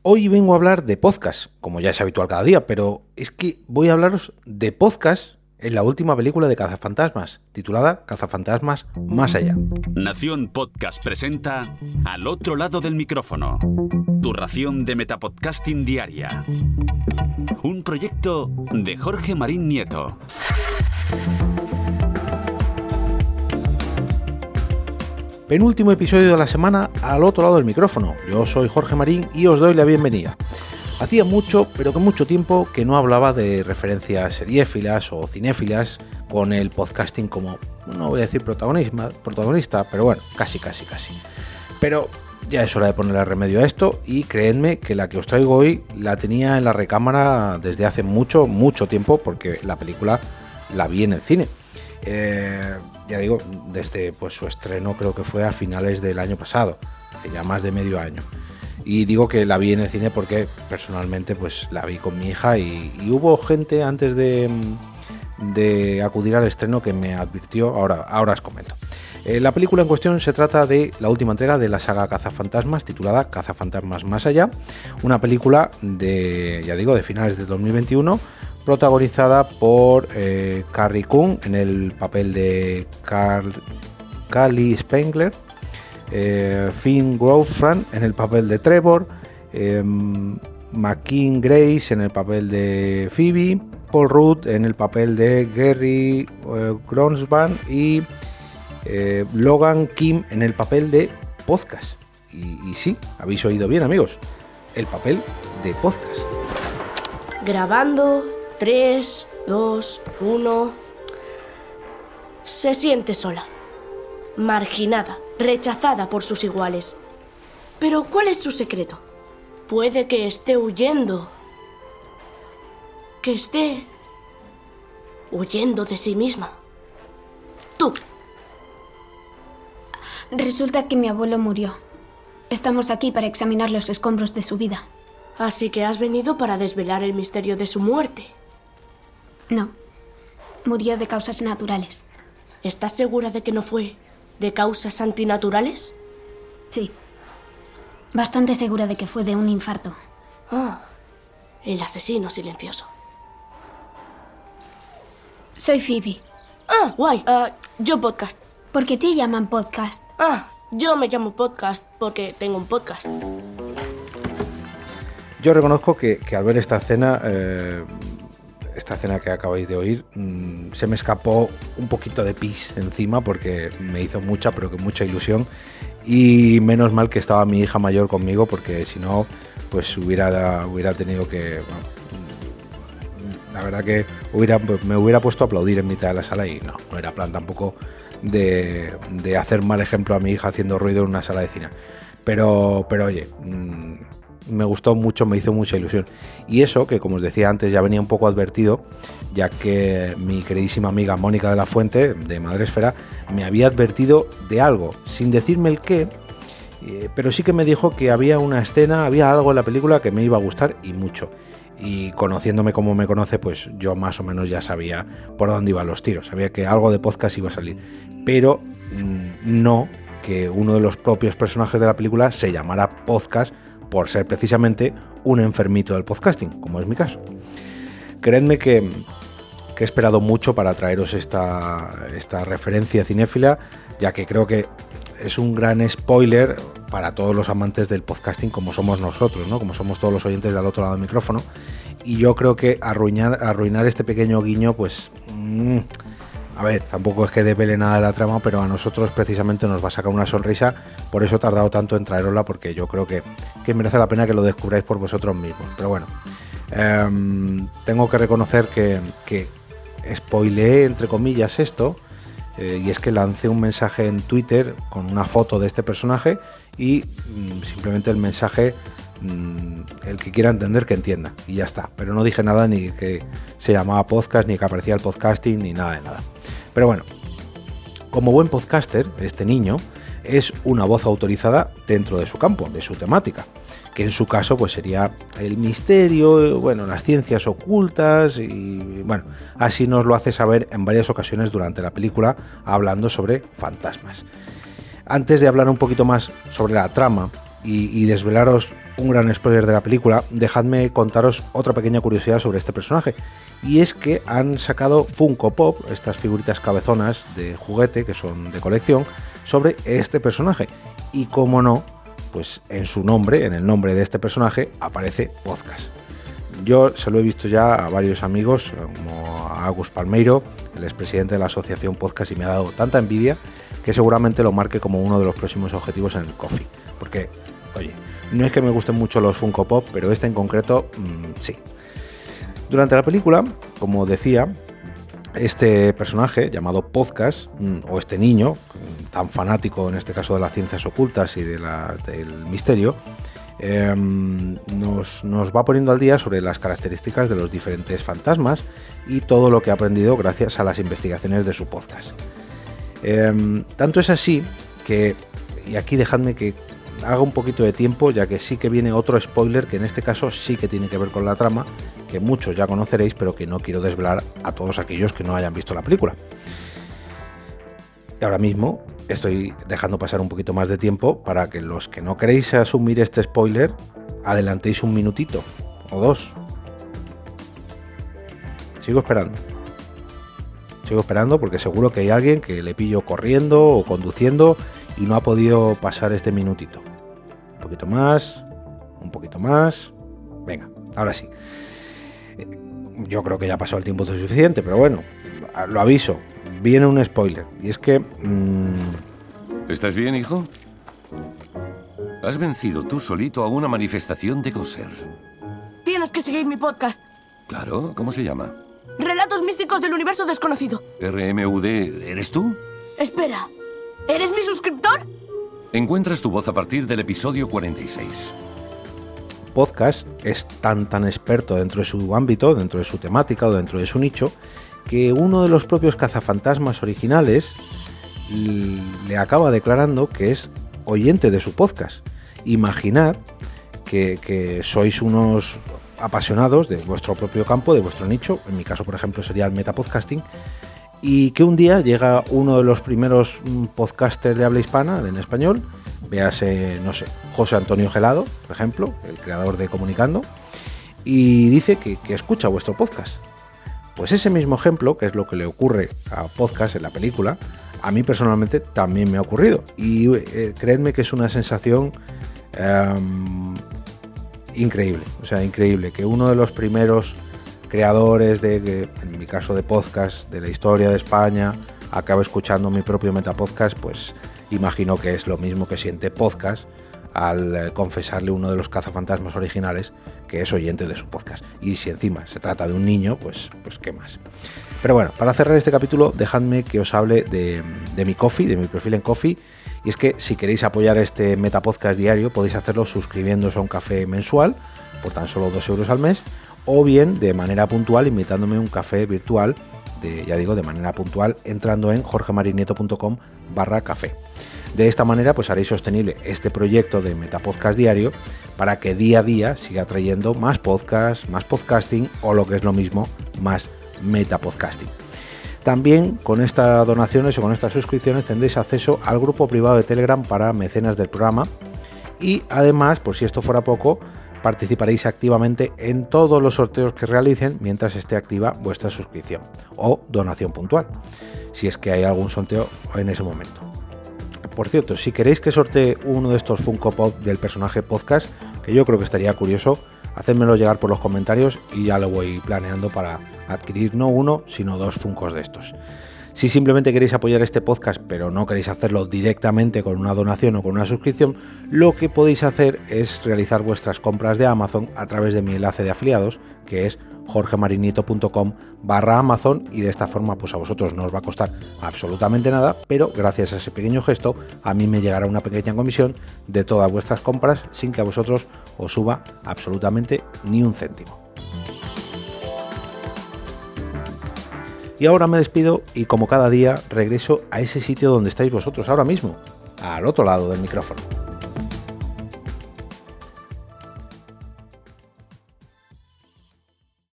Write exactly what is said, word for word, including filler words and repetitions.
Hoy vengo a hablar de podcast, como ya es habitual cada día, pero es que voy a hablaros de podcast en la última película de Cazafantasmas, titulada Cazafantasmas Más Allá. Nación Podcast presenta Al otro lado del micrófono, tu ración de metapodcasting diaria. Un proyecto de Jorge Marín Nieto. Penúltimo episodio de la semana al otro lado del micrófono. Yo soy Jorge Marín y os doy la bienvenida. Hacía mucho, pero que mucho tiempo, que no hablaba de referencias seriéfilas o cinéfilas con el podcasting como, no voy a decir protagonista, protagonista, pero bueno, casi, casi, casi. Pero ya es hora de ponerle remedio a esto y creedme que la que os traigo hoy la tenía en la recámara desde hace mucho, mucho tiempo, porque la película la vi en el cine. Eh, ya digo, desde pues su estreno creo que fue a finales del año pasado, hace ya más de medio año. Y digo que la vi en el cine porque personalmente pues la vi con mi hija y, y hubo gente antes de, de acudir al estreno que me advirtió, ahora, ahora os comento. Eh, la película en cuestión se trata de la última entrega de la saga Cazafantasmas, titulada Cazafantasmas Más Allá, una película de, ya digo, de finales de dos mil veintiuno, protagonizada por eh, Carrie Coon en el papel de Carl, Cally Spengler, eh, Finn Wolfhard en el papel de Trevor, eh, McKean Grace en el papel de Phoebe, Paul Rudd en el papel de Gary eh, Gronsban y eh, Logan Kim en el papel de podcast. Y, y sí, habéis oído bien, amigos, el papel de podcast. Grabando. tres, dos, uno... Se siente sola, marginada, rechazada por sus iguales. Pero ¿cuál es su secreto? Puede que esté huyendo. Que esté huyendo de sí misma. Tú. Resulta que mi abuelo murió. Estamos aquí para examinar los escombros de su vida. Así que has venido para desvelar el misterio de su muerte. No, murió de causas naturales. ¿Estás segura de que no fue de causas antinaturales? Sí, bastante segura de que fue de un infarto. Ah, el asesino silencioso. Soy Phoebe. Ah, guay, uh, yo podcast. ¿Por qué te llaman podcast? Ah, yo me llamo podcast porque tengo un podcast. Yo reconozco que, que al ver esta escena... Eh, esta escena que acabáis de oír, mmm, se me escapó un poquito de pis encima porque me hizo mucha, pero que mucha ilusión, y menos mal que estaba mi hija mayor conmigo porque si no, pues hubiera, hubiera tenido que... Bueno, la verdad que hubiera, me hubiera puesto a aplaudir en mitad de la sala y no, no era plan tampoco de, de hacer mal ejemplo a mi hija haciendo ruido en una sala de cine. Pero, pero oye... Mmm, me gustó mucho, me hizo mucha ilusión. Y eso, que como os decía antes, ya venía un poco advertido, ya que mi queridísima amiga Mónica de la Fuente, de Madresfera, me había advertido de algo, sin decirme el qué, eh, pero sí que me dijo que había una escena, había algo en la película que me iba a gustar y mucho. Y conociéndome como me conoce, pues yo más o menos ya sabía por dónde iban los tiros, sabía que algo de podcast iba a salir, pero mmm, no que uno de los propios personajes de la película se llamara podcast, por ser precisamente un enfermito del podcasting, como es mi caso. Creedme que, que he esperado mucho para traeros esta, esta referencia cinéfila, ya que creo que es un gran spoiler para todos los amantes del podcasting como somos nosotros, ¿no? Como somos todos los oyentes del otro lado del micrófono. Y yo creo que arruinar, arruinar este pequeño guiño, pues... Mmm, a ver, tampoco es que desvele nada de la trama, pero a nosotros precisamente nos va a sacar una sonrisa, por eso he tardado tanto en traerosla, porque yo creo que, que merece la pena que lo descubráis por vosotros mismos. Pero bueno, eh, tengo que reconocer que, que spoileé, entre comillas, esto, eh, y es que lancé un mensaje en Twitter con una foto de este personaje y mm, simplemente el mensaje, mm, el que quiera entender que entienda, y ya está. Pero no dije nada ni que se llamaba podcast, ni que aparecía el podcasting, ni nada de nada. Pero bueno, como buen podcaster, este niño es una voz autorizada dentro de su campo, de su temática, que en su caso pues sería el misterio, bueno, las ciencias ocultas y bueno, así nos lo hace saber en varias ocasiones durante la película, hablando sobre fantasmas. Antes de hablar un poquito más sobre la trama, y, y desvelaros un gran spoiler de la película, dejadme contaros otra pequeña curiosidad sobre este personaje. Y es que han sacado Funko Pop, estas figuritas cabezonas de juguete que son de colección, sobre este personaje. Y como no, pues en su nombre, en el nombre de este personaje, aparece podcast. Yo se lo he visto ya a varios amigos, como a Agus Palmeiro, el expresidente de la asociación Podcast, y me ha dado tanta envidia que seguramente lo marque como uno de los próximos objetivos en el Coffee. Porque, oye, no es que me gusten mucho los Funko Pop, pero este en concreto, mmm, sí. Durante la película, como decía, este personaje llamado Podcast, o este niño, tan fanático en este caso de las ciencias ocultas y de la, del misterio, eh, nos, nos va poniendo al día sobre las características de los diferentes fantasmas y todo lo que ha aprendido gracias a las investigaciones de su podcast. Eh, tanto es así que, y aquí dejadme que haga un poquito de tiempo, ya que sí que viene otro spoiler que en este caso sí que tiene que ver con la trama, que muchos ya conoceréis, pero que no quiero desvelar a todos aquellos que no hayan visto la película. Y ahora mismo estoy dejando pasar un poquito más de tiempo para que los que no queréis asumir este spoiler, adelantéis un minutito o dos. Sigo esperando. Sigo esperando porque seguro que hay alguien que le pillo corriendo o conduciendo y no ha podido pasar este minutito. Un poquito más, un poquito más. Venga, ahora sí. Yo creo que ya ha pasado el tiempo suficiente, pero bueno, lo aviso, viene un spoiler. Y es que... Mmm... ¿Estás bien, hijo? Has vencido tú solito a una manifestación de Gosser. Tienes que seguir mi podcast. Claro, ¿cómo se llama? Relatos místicos del universo desconocido. R M U D, ¿eres tú? Espera, ¿eres mi suscriptor? Encuentras tu voz a partir del episodio cuarenta y seis. Podcast es tan tan experto dentro de su ámbito, dentro de su temática o dentro de su nicho, que uno de los propios cazafantasmas originales le acaba declarando que es oyente de su podcast. Imaginad que, que sois unos apasionados de vuestro propio campo, de vuestro nicho, en mi caso por ejemplo sería el metapodcasting, y que un día llega uno de los primeros podcasters de habla hispana en español, véase, no sé, José Antonio Gelado, por ejemplo, el creador de Comunicando, y dice que, que escucha vuestro podcast. Pues ese mismo ejemplo, que es lo que le ocurre a Podcast en la película, a mí personalmente también me ha ocurrido. Y eh, creedme que es una sensación eh, increíble, o sea, increíble, que uno de los primeros creadores de, de, en mi caso de podcast, de la historia de España, acabe escuchando mi propio metapodcast, pues imagino que es lo mismo que siente Podcast al eh, confesarle uno de los cazafantasmas originales que es oyente de su podcast. Y si encima se trata de un niño, pues, pues qué más. Pero bueno, para cerrar este capítulo, dejadme que os hable de, de mi Ko-fi, de mi perfil en Ko-fi. Y es que si queréis apoyar este metapodcast diario, podéis hacerlo suscribiéndose a un café mensual por tan solo dos euros al mes, o bien de manera puntual invitándome un café virtual, de, ya digo, de manera puntual, entrando en jorgemarinieto.com barra café. De esta manera pues haréis sostenible este proyecto de Metapodcast Diario para que día a día siga trayendo más podcasts, más podcasting o lo que es lo mismo, más metapodcasting. También con estas donaciones o con estas suscripciones tendréis acceso al grupo privado de Telegram para mecenas del programa y además, por si esto fuera poco, participaréis activamente en todos los sorteos que realicen mientras esté activa vuestra suscripción o donación puntual, si es que hay algún sorteo en ese momento. Por cierto, si queréis que sortee uno de estos Funko Pop del personaje Podcast, que yo creo que estaría curioso, hacedmelo llegar por los comentarios y ya lo voy planeando para adquirir no uno, sino dos Funkos de estos. Si simplemente queréis apoyar este podcast, pero no queréis hacerlo directamente con una donación o con una suscripción, lo que podéis hacer es realizar vuestras compras de Amazon a través de mi enlace de afiliados, que es jorgemarinieto.com barra Amazon, y de esta forma pues a vosotros no os va a costar absolutamente nada, pero gracias a ese pequeño gesto a mí me llegará una pequeña comisión de todas vuestras compras sin que a vosotros os suba absolutamente ni un céntimo. Y ahora me despido y como cada día regreso a ese sitio donde estáis vosotros ahora mismo, al otro lado del micrófono.